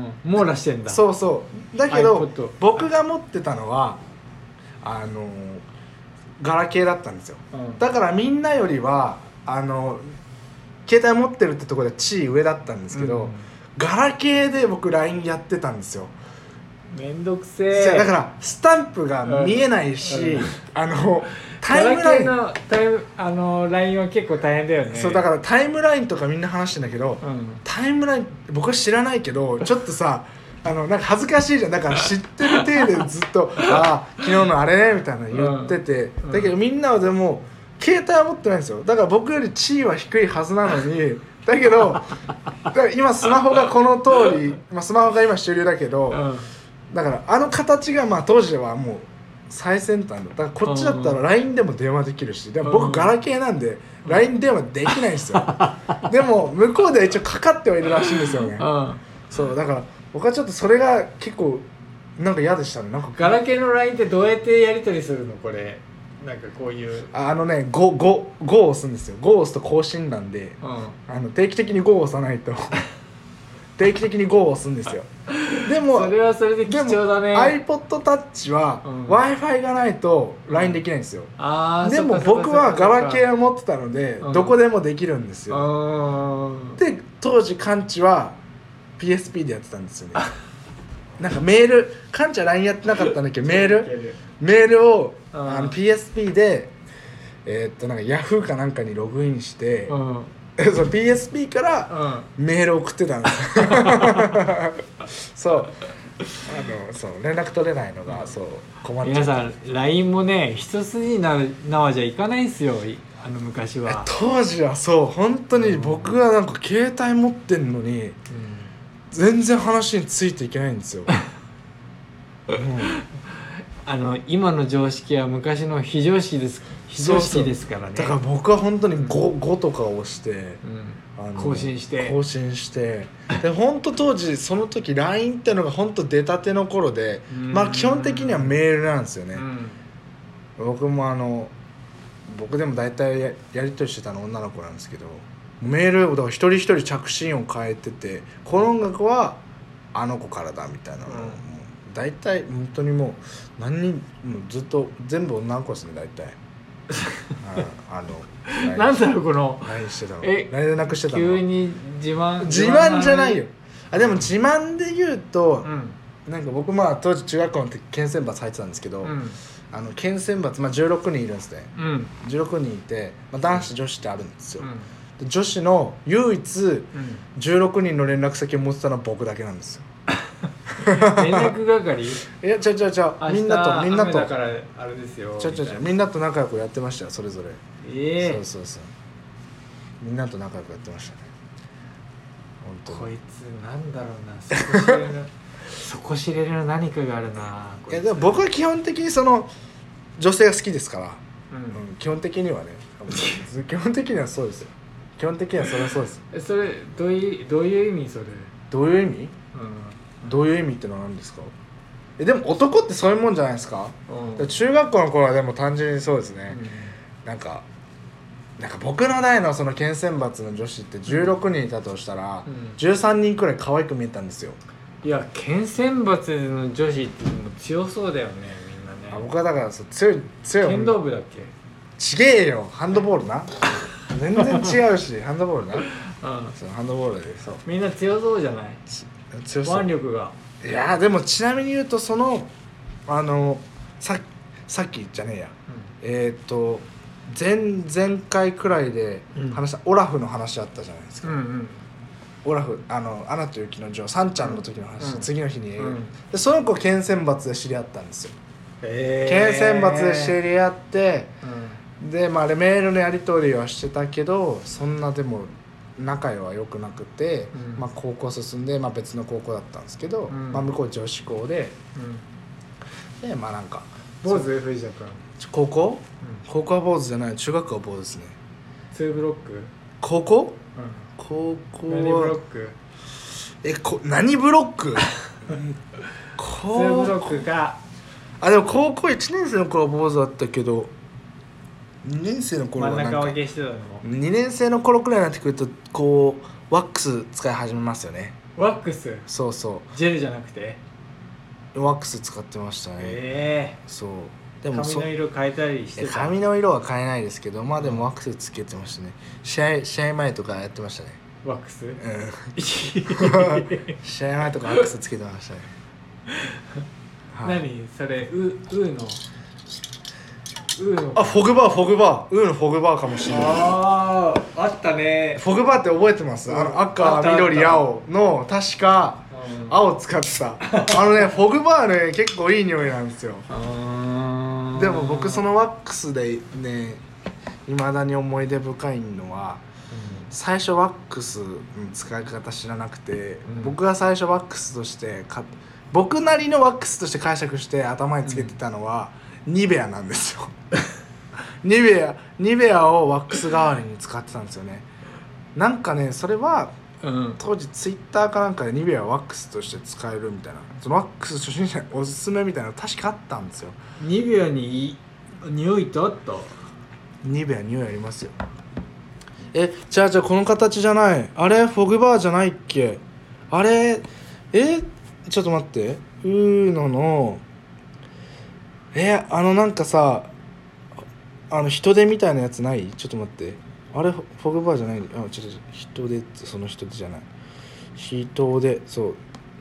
網羅してんだ。 そうそうだけど僕が持ってたのはあのガラケーだったんですよ、うん、だからみんなよりはあの携帯持ってるってところで地位上だったんですけど、うん、ガラケーで僕 ライン やってたんですよ。 めんどくせえ。 だからスタンプが見えないし、うん、あのタイムラインのタイムあの ライン は結構大変だよね。 そうだからタイムラインとかみんな話してんだけど、うん、タイムライン僕は知らないけどちょっとさあのなんか恥ずかしいじゃん。だから知ってる体でずっとああ昨日のあれねみたいな言ってて、うん、だけどみんなはでも携帯は持ってないんですよ。だから僕より地位は低いはずなのにだけどだから今スマホがこの通り、まあ、スマホが今主流だけど、うんだからあの形がまあ当時はもう最先端だ。だからこっちだったら ライン でも電話できるし、でも僕ガラケーなんで ライン 電話できないんですよでも向こうでは一応かかってはいるらしいんですよねそうだから僕はちょっとそれが結構なんか嫌でしたね。なんかガラケーの ライン ってどうやってやり取りするのこれ？なんかこういうあのね ご, ご, ごを押すんですよ。ごを押すと更新欄で、うん、あの定期的にごを押さないと定期的にごを押すんですよ。でもそれはそれで貴重だね。 iPod Touch は、うん、Wi-Fi がないと ライン できないんですよ、うん、あでも僕はガラケーを持ってたので、うん、どこでもできるんですよ、うん、で当時カンチは ピーエスピー でやってたんですよねなんかメールカンチは ライン やってなかったんだけどメールメールをあの ピーエスピー でえー、っとなんか Yahoo かなんかにログインして、うんそう ピーエスピー からメール送ってたんですよ、うん、そうあのそう連絡取れないのがそう困っちゃった。 皆さん ライン もね一筋縄じゃいかないんですよあの昔は。 当時はそう本当に僕がなんか携帯持ってんのに、うん、全然話についていけないんですよ、うん、 あの今の常識は昔の非常識です非常識ですからね。 だから僕は本当に ご, ごとかを押して、うんあの更新して更新してで本当当時その時 ライン ってのが本当出たての頃でまあ基本的にはメールなんですよね、うん、僕もあの僕でも大体 や, やり取りしてたの女の子なんですけどメールだから一人一人着信音変えててこの音楽はあの子からだみたいなのを、うん、もう大体本当にもう何人もうずっと全部女の子ですね大体あ, あのなんだろうこのライン してたのえライン 連絡してたの急に自慢自慢じゃないよあでも自慢で言うと、 うん、 なんか僕まあ当時中学校の時県選抜入ってたんですけど、うん、あの県選抜、まあ、じゅうろくにんいるんですね、うん、じゅうろくにんいて、まあ、男子女子ってあるんですよ、うん、で女子の唯一、うん、じゅうろくにんの連絡先を持ってたのは僕だけなんですよ連絡係いやちゃちゃちゃみんなとみんなとだからあれですよちゃちゃちゃみんなと仲良くやってましたよそれぞれええー、 そうそうそうみんなと仲良くやってましたね本当にこいつなんだろうなそこ知れるそこ知れる何かがあるないやでも僕は基本的にその女性が好きですから、うんうん、基本的にはね基本的にはそうですよ基本的にはそれはそうですえそれどういうどういう意味それどういう意味、うんどういう意味ってのは何ですかえでも男ってそういうもんじゃないですか、うん、中学校の頃はでも単純にそうですね、うん、なんかなんか僕の代のその県選抜の女子ってじゅうろくにんいたとしたら、うん、じゅうさんにんくらい可愛く見えたんですよいや県選抜の女子ってもう強そうだよねみんなねあ僕はだからそう強い強い剣道部だっけちげえよハンドボールな全然違うしハンドボールな、うん、そうハンドボールでそうみんな強そうじゃない強そう腕力がいやでもちなみに言うとそのあのささっきじゃねえや、うん、えー、っと前前回くらいで話した、うん、オラフの話あったじゃないですか、うんうん、オラフあのアナと雪の女王サンちゃんの時の話、うん、次の日に、うん、でその子県選抜で知り合ったんですよ、えー、県選抜で知り合って、うん、でまああれメールのやり取りはしてたけどそんなでも仲は良くなくて、うんまあ、高校進んで、まあ、別の高校だったんですけど、うんまあ、向こう女子校で、うん、でまあなんか坊主藤田君高校、うん、高校は坊主じゃない中学校は坊主ですねツーブロック高校、うん、高校は何ブロックえこ何ブロックツーブロックかあでも高校いちねん生の頃は坊主だったけどにねん生の頃はなんか真ん中分けしてたのにねん生の頃くらいになってくるとこうワックス使い始めますよねワックスそうそうジェルじゃなくてワックス使ってましたねええー、 そうでも髪の色変えたりしてた髪の色は変えないですけどまあでもワックスつけてましたね試合試合前とかやってましたねワックスうん試合前とかワックスつけてましたね、 はい、何それウウーのあフォグバーフォグバーウーのフォグバーかもしれないあああったねフォグバーって覚えてます、うん、あの赤緑青の確か青使ってたあのねフォグバーね結構いい匂いなんですよでも僕そのワックスでねいまだに思い出深いのは、うん、最初ワックスの使い方知らなくて、うん、僕が最初ワックスとしてか僕なりのワックスとして解釈して頭につけてたのは、うん、ニベアなんですよニベアニベアをワックス代わりに使ってたんですよねなんかねそれは、うん、当時ツイッターかなんかでニベアワックスとして使えるみたいなそのワックス初心者におすすめみたいなの確かあったんですよニベアに匂いってあった？ ニベア匂いありますよえじゃあじゃあこの形じゃないあれフォグバーじゃないっけあれえちょっと待ってうーののえあのなんかさあの人手みたいなやつないちょっと待ってあれフォグバーじゃないあちょっと人手ってその人手じゃない人手そう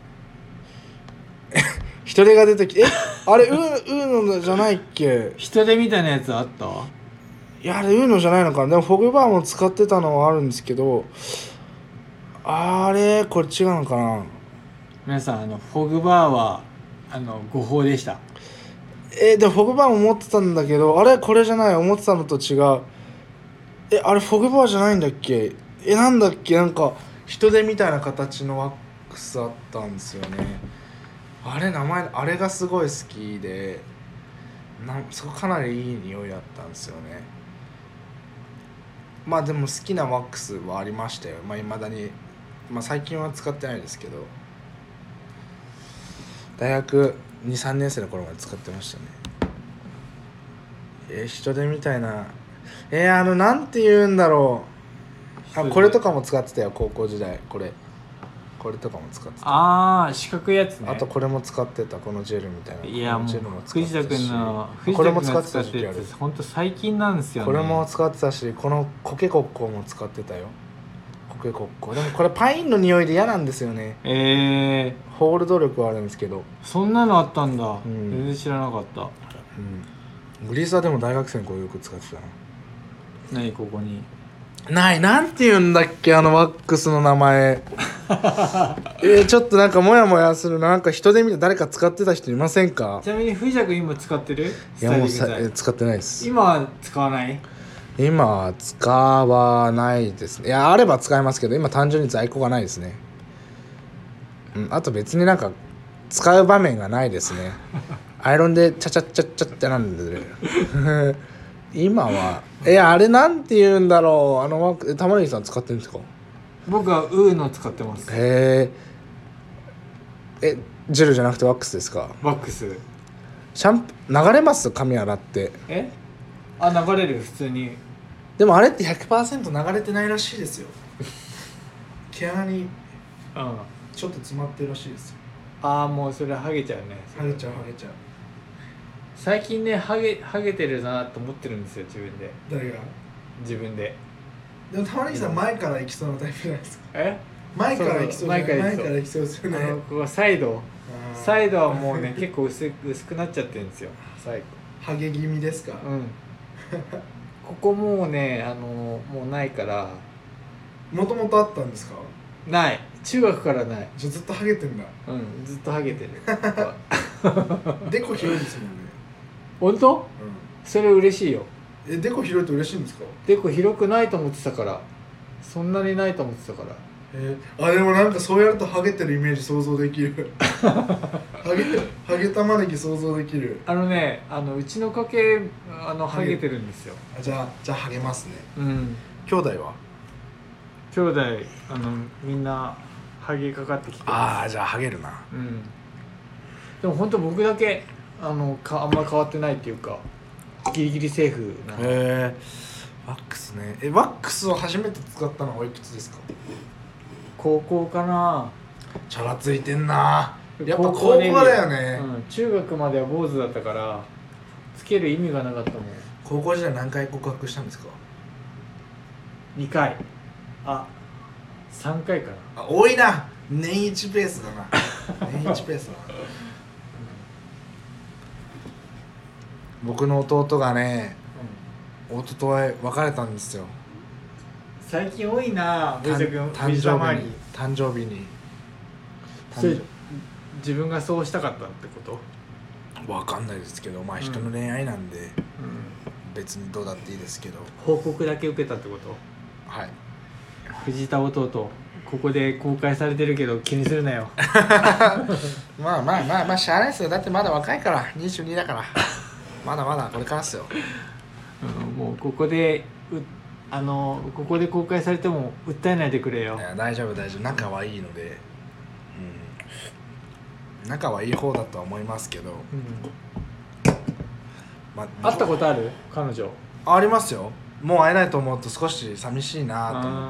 人手が出てきてえあれウーウーのじゃないっけ人手みたいなやつあったいやあれウーのじゃないのかなでもフォグバーも使ってたのはあるんですけどあれこれ違うのかな皆さんあのフォグバーはあの誤報でしたえー、でもフォグバーも持ってたんだけどあれこれじゃない思ってたのと違うえあれフォグバーじゃないんだっけえなんだっけなんか人手みたいな形のワックスあったんですよねあれ名前あれがすごい好きでなそこかなりいい匂いだったんですよねまあでも好きなワックスはありましたよ。まあ未だに、まあ最近は使ってないですけど、大学に、さんねん生の頃まで使ってましたね。えー、人手みたいな、えー、あのなんて言うんだろう、あ、これとかも使ってたよ、高校時代。これこれとかも使ってた。 ああ四角いやつね。 あとこれも使ってた、このジェルみたいな。 いやもう藤田君のこれも使ってた時期ある。 本当最近なんですよね。 これも使ってたし、このコケコッコも使ってたよ。コケコッコでもこれパインの匂いで嫌なんですよね。 えー、ホールド力はあるんですけど。 そんなのあったんだ、うん、全然知らなかった、 うん、グリースはでも大学生の頃よく使ってたな。 何ここにない、なんて言うんだっけ、あのワックスの名前えー、ちょっとなんかモヤモヤするな。なんか人で見て誰か使ってた人いませんか？ ちなみに藤田君今使ってる？ いやもうさ、えー、使ってないです。 今は使わない？ 今は使わないですね。いやあれば使いますけど、今単純に在庫がないですね。うん、あと別になんか使う場面がないですねアイロンでチャチャチャチャってなんでる今はえあれなんて言うんだろう、あのワックス、玉ねぎさん使ってるんですか？ 僕はウーの使ってます。 へえ。えジェルじゃなくてワックスですか？ ワックス。 シャンプー流れます？髪洗って。 えあ流れる普通に。 でもあれって ひゃくパーセント 流れてないらしいですよ毛穴にちょっと詰まってるらしいですよ。 ああもうそれハゲちゃうね。 ハゲちゃうハゲちゃう。 最近ねハゲハゲてるなと思ってるんですよ自分で。 誰が？ 自分で。 でも玉ねぎさん前から行きそうなタイプじゃないですか。え？前から行きそう。前から行きそうですよね。 あのここサイドサイドはもうね結構薄薄くなっちゃってるんですよ最後。 ハゲ気味ですか？ うんここもうねあのもうないから。 もともとあったんですか？ ない、中学からない。 じゃあずっとハゲてんだ。 うんずっとハゲてるデコ広いですもんね。 本当？うん、それ嬉しいよ。 えデコ広いと嬉しいんですか？ デコ広くないと思ってたから。そんなにないと思ってたから。 えー、あでもなんかそうやるとハゲてるイメージ想像できるハゲハゲ玉ねぎ想像できる。 あのねあのうちの家系あのハゲてるんですよ。 あじゃあじゃあハゲますね。 うん兄弟は？ 兄弟あのみんなハゲかかってきてます。 ああじゃあハゲるな。 うんでも本当僕だけあのかあんま変わってないっていうかギリギリセーフな。へえワックスね。えワックスを初めて使ったのはいくつですか？ 高校かな。 チャラついてんな。やっぱ高校だよね、 うん、中学までは坊主だったからつける意味がなかったもん。 高校時代何回告白したんですか？ にかい。あさんかいかな。 あ多いな。年一ペースだな年一ペースだな、うん、僕の弟がね、うん、一昨日別れたんですよ。 最近多いな藤田君。 誕生日に誕生日にそれ自分がそうしたかったってこと？ わかんないですけど、まあ人の恋愛なんで、うん、別にどうだっていいですけど。 報告だけ受けたってこと？ はい。 藤田弟ここで公開されてるけど気にするなよまあまあまあまあしゃあないですよ。だってまだ若いからにじゅうにだからまだまだこれからっすよ、 うん、もうここでうあのここで公開されても訴えないでくれよ。 いや大丈夫大丈夫、仲はいいので、うん、仲はいい方だとは思いますけど、うんまあ、会ったことある？彼女ありますよ。もう会えないと思うと少し寂しいなと思って、うん、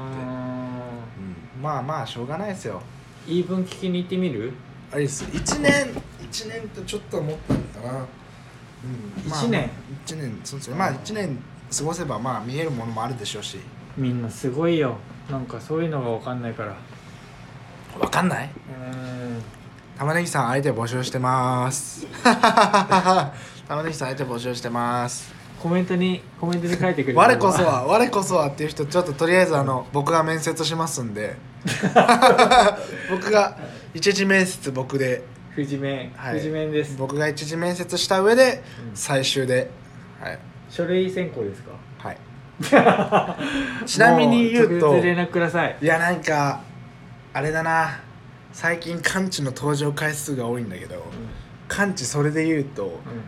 まあまあしょうがないですよ。 言い分聞きに行ってみる？ あれですいちねんいちねんとちょっと思ったのかな、うん、 いちねん、まあ、 いちねんそうですね。まあいちねん過ごせばまあ見えるものもあるでしょうし。 みんなすごいよ。なんかそういうのが分かんないから。 分かんない？ うん玉ねぎさん相手募集してます玉ねぎさん相手募集してます。 コメントにコメントに書いてくれる我こそは我こそはっていう人ちょっととりあえずあの僕が面接しますんで僕が一次面接僕で富士面、はい、富士面です。 僕が一次面接した上で最終で、うんはい、 書類選考ですか？ はいちなみに言うと直接連絡ください。 いやなんかあれだな、最近カンチの登場回数が多いんだけど、うん、カンチそれで言うと、うん、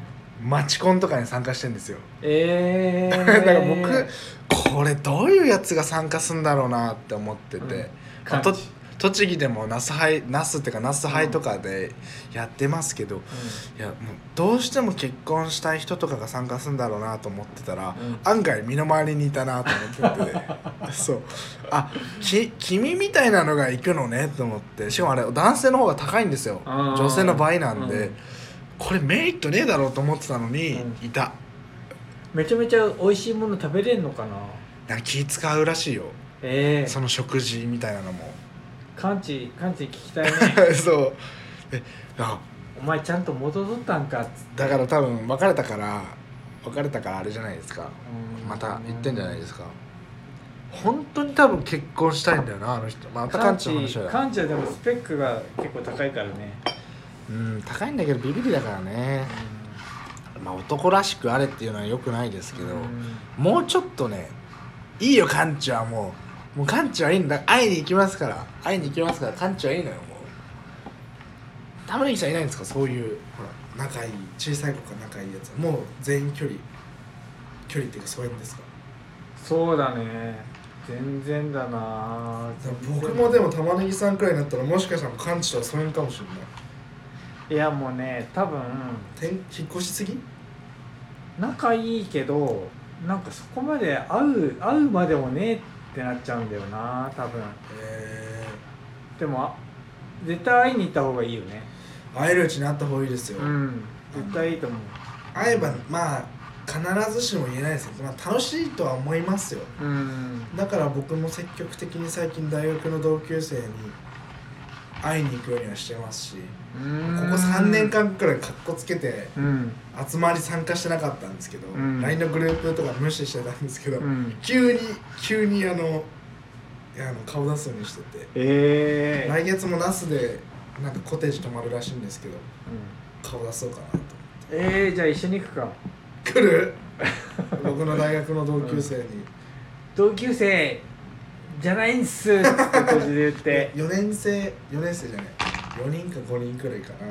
マチコンとかに参加してるんですよ。 えー、 だから僕これどういうやつが参加するんだろうなって思ってて、 うんまあと栃木でもナス杯ナスっていうかナス杯とかでやってますけど、うん、いやもうどうしても結婚したい人とかが参加するんだろうなと思ってたら、うん、案外身の回りにいたなと思っててそうあき君みたいなのが行くのねと思って、しかもあれ男性の方が高いんですよ、女性の倍なんで、うん、これメリットねえだろうと思ってたのに、うん、いた。 めちゃめちゃ美味しいもの食べれんのかな。 なんか気使うらしいよ、 えー、 その食事みたいなのも。 カンチカンチ聞きたいねそうえあお前ちゃんと戻っとったんかっつって。 だから多分別れたから別れたからあれじゃないですか、また言ってんじゃないですか。本当に多分結婚したいんだよなあの人。またカンチの話はカンチはでもスペックが結構高いからね。 うん高いんだけどビビりだからね、まあ男らしくあれっていうのは良くないですけど、もうちょっとねいいよカンチはもうもうカンチはいいんだ、会いに行きますから会いに行きますからカンチはいいのよ。もう玉ねぎさんいないんですか、そういうほら仲いい小さい子が仲いいやつ。もう全員距離距離っていうか疎遠ですか。 そうだね全然だな。 僕もでも玉ねぎさんくらいになったらもしかしたらカンチとは疎遠かもしれない。 いやもうね多分転引っ越しすぎ仲いいけどなんかそこまで会う会うまでもねえってなっちゃうんだよな多分。 えー、でも絶対会いに行った方がいいよね。 会えるうちに会った方がいいですよ。 うん絶対いいと思う。 会えばまあ必ずしも言えないですけど、まあ、楽しいとは思いますよ。 うんだから僕も積極的に最近大学の同級生に会いに行くようにはしてますし、ここさんねんかんくらいカッコつけて集まり参加してなかったんですけど、うん、ライン のグループとか無視してたんですけど、うん、急に急にあのいやあの顔出すようにしてて、 えー、 来月も那須でなんかコテージ泊まるらしいんですけど、うん、顔出そうかなと思って。 えー、じゃあ一緒に行くか。 来る僕の大学の同級生に、うん、 同級生じゃないんすって感じで言ってよねん生よねん生じゃないよにんかごにんくらいかな。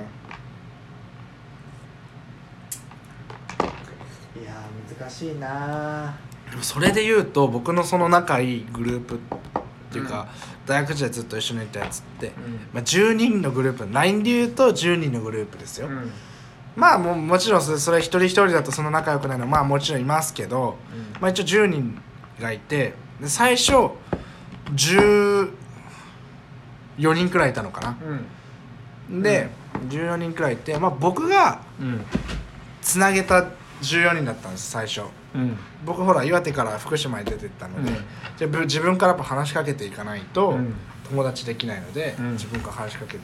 いや難しいな。 それで言うと僕のその仲いいグループっていうか、うん、大学時代ずっと一緒にいたやつって、うんまあ、じゅうにんのグループ ライン で言うとじゅうにんのグループですよ、うん、まあももちろんそれ、それ一人一人だとその仲良くないのはまあもちろんいますけど、うんまあ、一応じゅうにんがいて、で最初じゅうよにんくらいいたのかな、うん、で、うん、じゅうよにんくらいいて、まあ、僕がつなげたじゅうよにんだったんです最初、うん、僕ほら岩手から福島に出てったので、うん、じゃあ自分からやっぱ話しかけていかないと友達できないので、うん、自分から話しかけていって、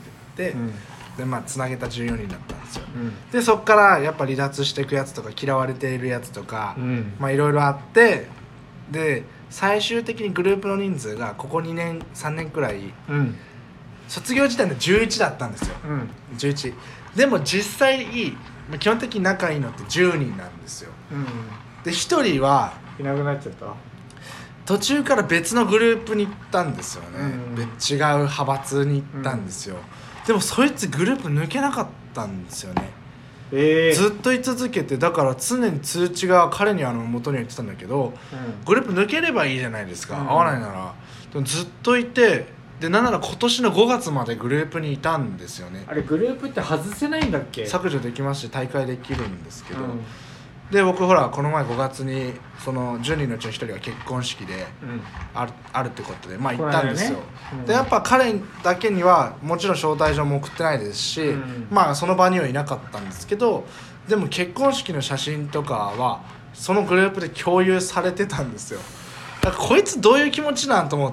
うんでまあ、つなげたじゅうよにんだったんですよ、うん、でそっからやっぱ離脱していくやつとか嫌われているやつとか、うん、まあいろいろあって、で最終的にグループの人数がここにねんさんねんくらい、うん、卒業時点でじゅういちだったんですよ、うん、じゅういちでも実際基本的に仲いいのってじゅうにんなんですよ、うん、でひとりはいなくなっちゃった。 途中から別のグループに行ったんですよね、うん、別違う派閥に行ったんですよ、うん、でもそいつグループ抜けなかったんですよね、えー、ずっと居続けて、だから常に通知が彼にあの元には言ってたんだけど、うん、グループ抜ければいいじゃないですか、うん、合わないなら。でもずっといて、でなんなら今年のごがつまでグループにいたんですよね。 あれグループって外せないんだっけ。 削除できますし大会できるんですけど、うん、で僕ほらこの前ごがつにそのじゅうにんのうちのひとりが結婚式である、うん、あるってことでまあ行ったんですよ、ねうん、でやっぱ彼だけにはもちろん招待状も送ってないですし、うん、まあその場にはいなかったんですけど、でも結婚式の写真とかはそのグループで共有されてたんですよ。だからこいつどういう気持ちなんと思って、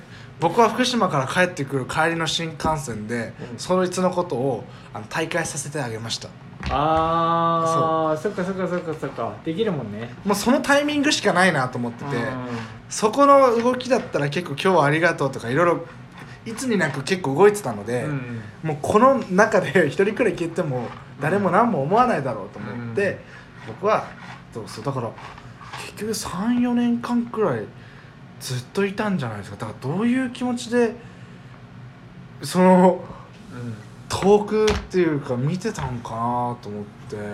僕は福島から帰ってくる帰りの新幹線で、うん、そいつのことをあの大会させてあげました。 ああ、そっかそっかそっかそっか、できるもんね。 もうそのタイミングしかないなと思ってて、そこの動きだったら結構今日はありがとうとかいろいろいつになく結構動いてたので、うん、もうこの中で一人くらい消えても誰も何も思わないだろうと思って、うん、僕はどうそうだから結局 さん,よ 年間くらいずっといたんじゃないですか。だからどういう気持ちでその、うん、遠くっていうか見てたんかなと思って、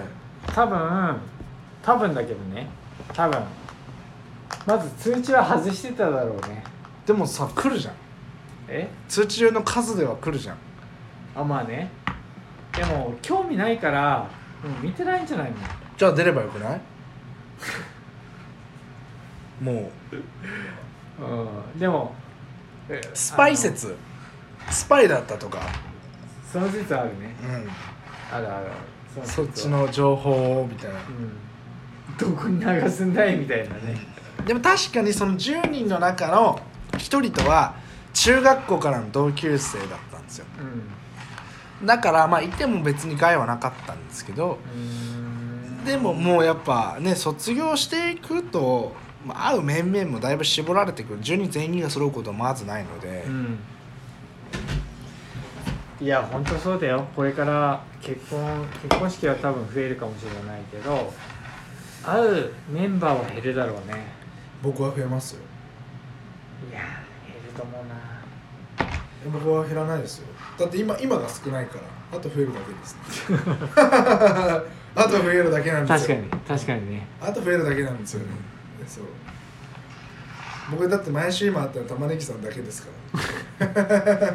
多分多分だけどね多分まず通知は外してただろうね。 でもさ来るじゃん、 え通知中の数では来るじゃん。 あまあね。でも興味ないからもう見てないんじゃないの。 じゃあ出ればよくないもううんでもスパイ説、スパイだったとか、 その説あるね。 うん、 あるあるその説そっちの情報みたいな、 うんどこに流すんだいみたいなね。 でも確かにそのじゅうにんの中のひとりとは中学校からの同級生だったんですよ。 うんだからまあいても別に害はなかったんですけど、 うーんでももうやっぱね卒業していくと、まあ、会う面々もだいぶ絞られてくる。じゅうにん全員が揃うことはまずないので、 うんいや本当そうだよ。これから結婚結婚式は多分増えるかもしれないけど会うメンバーは減るだろうね。 僕は増えますよ。 いや減ると思うな。 僕は減らないですよ。だって今今が少ないからあと増えるだけです、ね、あと増えるだけなんですよ。 確かに確かにね。 あと増えるだけなんですよね、そう僕だって毎週今あったら玉ねぎさんだけですから、はい、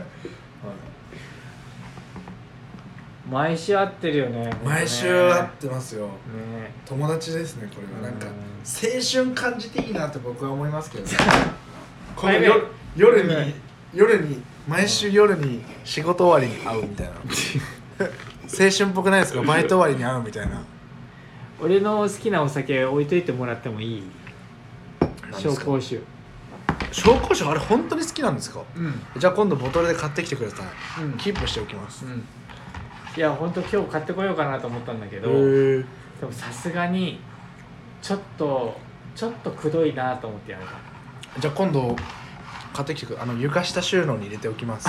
毎週会ってるよね。 毎週会ってますよ、 ね。 友達ですね。これはなんかうん青春感じていいなって僕は思いますけどねこのはい夜夜に、 はい夜に毎週夜に仕事終わりに会うみたいな青春っぽくないですか？バイト終わりに会うみたいな。 俺の好きなお酒置いといてもらってもいい？紹興酒。 紹興酒あれ本当に好きなんですか？ うんじゃあ今度ボトルで買ってきてください、 うんキープしておきます。 うんいや本当今日買ってこようかなと思ったんだけど、 へーでもさすがにちょっとちょっとくどいなと思ってやめた。 じゃあ今度買ってきてくあの床下収納に入れておきます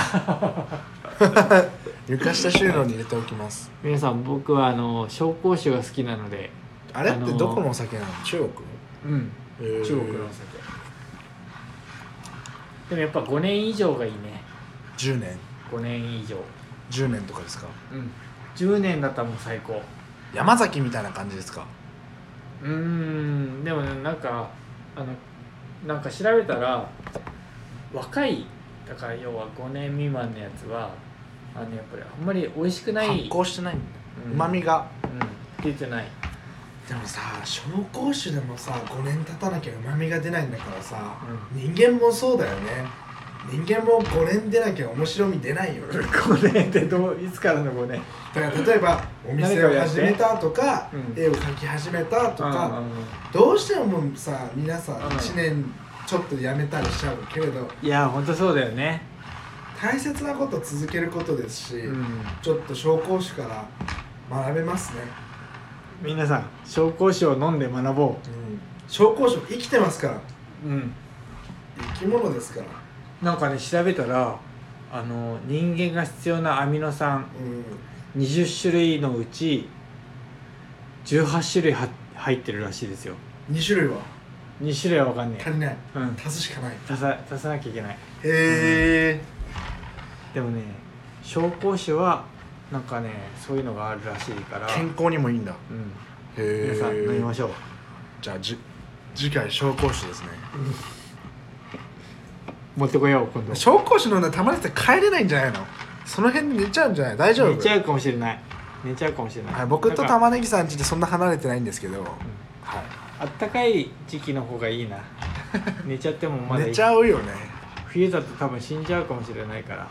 床下収納に入れておきます。 皆さん僕はあの紹興酒が好きなので。 あれっあのーてどこのお酒なの？中国？ うんへー中国のお酒。でもやっぱごねん以上がいいね。 じゅうねんごねん以上。 じゅうねんとかですか？ うんじゅうねんだったらもう最高。 山崎みたいな感じですか？ うーんでもねなんかあのなんか調べたら若いだから要はごねん未満のやつはあのやっぱりあんまり美味しくない。 発酵してないんだ。 うんうまみが。 うん出てない。 でもさ紹興酒でもさごねん経たなきゃうまみが出ないんだからさ、 う人間もそうだよね。人間もごねん出なきゃ面白み出ないよねごねんってどういつからのごねん？ だから例えばお店を始めたとか、 うん絵を描き始めたとか、 うんうんうんどうしてもさ皆さんうんいちねんちょっとやめたりしちゃうけれど、 いや本当そうだよね。 大切なこと続けることですし、 うんちょっと紹興酒から学べますね。 皆さん紹興酒を飲んで学ぼうん、紹興酒生きてますから、 う。うん生き物ですから。 なんかね調べたらあの人間が必要なアミノ酸うん、 にじゅっしゅるいのうちじゅうはちしゅるいは入ってるらしいですよ。 に種類はに種類は分かんね足りない、 え。うん足すしかない。へ足さ足さなきゃいけない。 え、 でもね紹興酒はなんかねそういうのがあるらしいから健康にもいいんだ。 うんへえ。 皆さん飲みましょう。 じゃあじ次回紹興酒ですね。 持ってこよう今度。 紹興酒飲んだらたまにって帰れないんじゃないの？その辺で寝ちゃうんじゃない？大丈夫？ 寝ちゃうかもしれない。寝ちゃうかもしれない。 はい、僕となんか玉ねぎさんちってそんな離れてないんですけど、はい、 あったかい時期の方がいいな。寝ちゃってもまだいい。 寝ちゃうよね。 冬だと多分死んじゃうかもしれないから。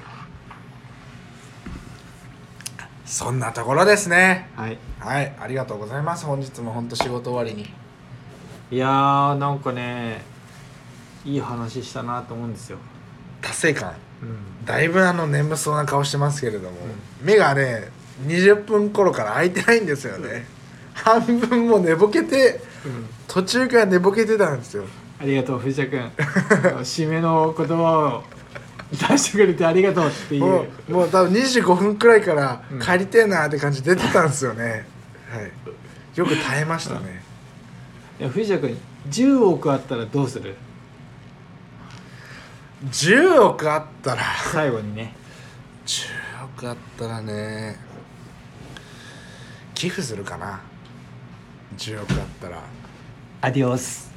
そんなところですね。 はい。 はい、ありがとうございます。本日も本当仕事終わりに。 いやーなんかねいい話したなと思うんですよ。 達成感。 うん。 だいぶあの眠そうな顔してますけれども、目がねにじゅっぷん頃から開いてないんですよね。半分もう寝ぼけて、 うん途中から寝ぼけてたんですよ。 ありがとう藤田君。締めの言葉を出してくれてありがとうっていう。 もうもう多分にじゅうごふんくらいからうん帰りてえなって感じ出てたんですよね。はい。よく耐えましたね。 いや藤田君じゅうおくあったらどうする？ じゅうおくあったら最後にね。 じゅうおくあったらね寄付するかな。 じゅうおくあったら。 アディオス。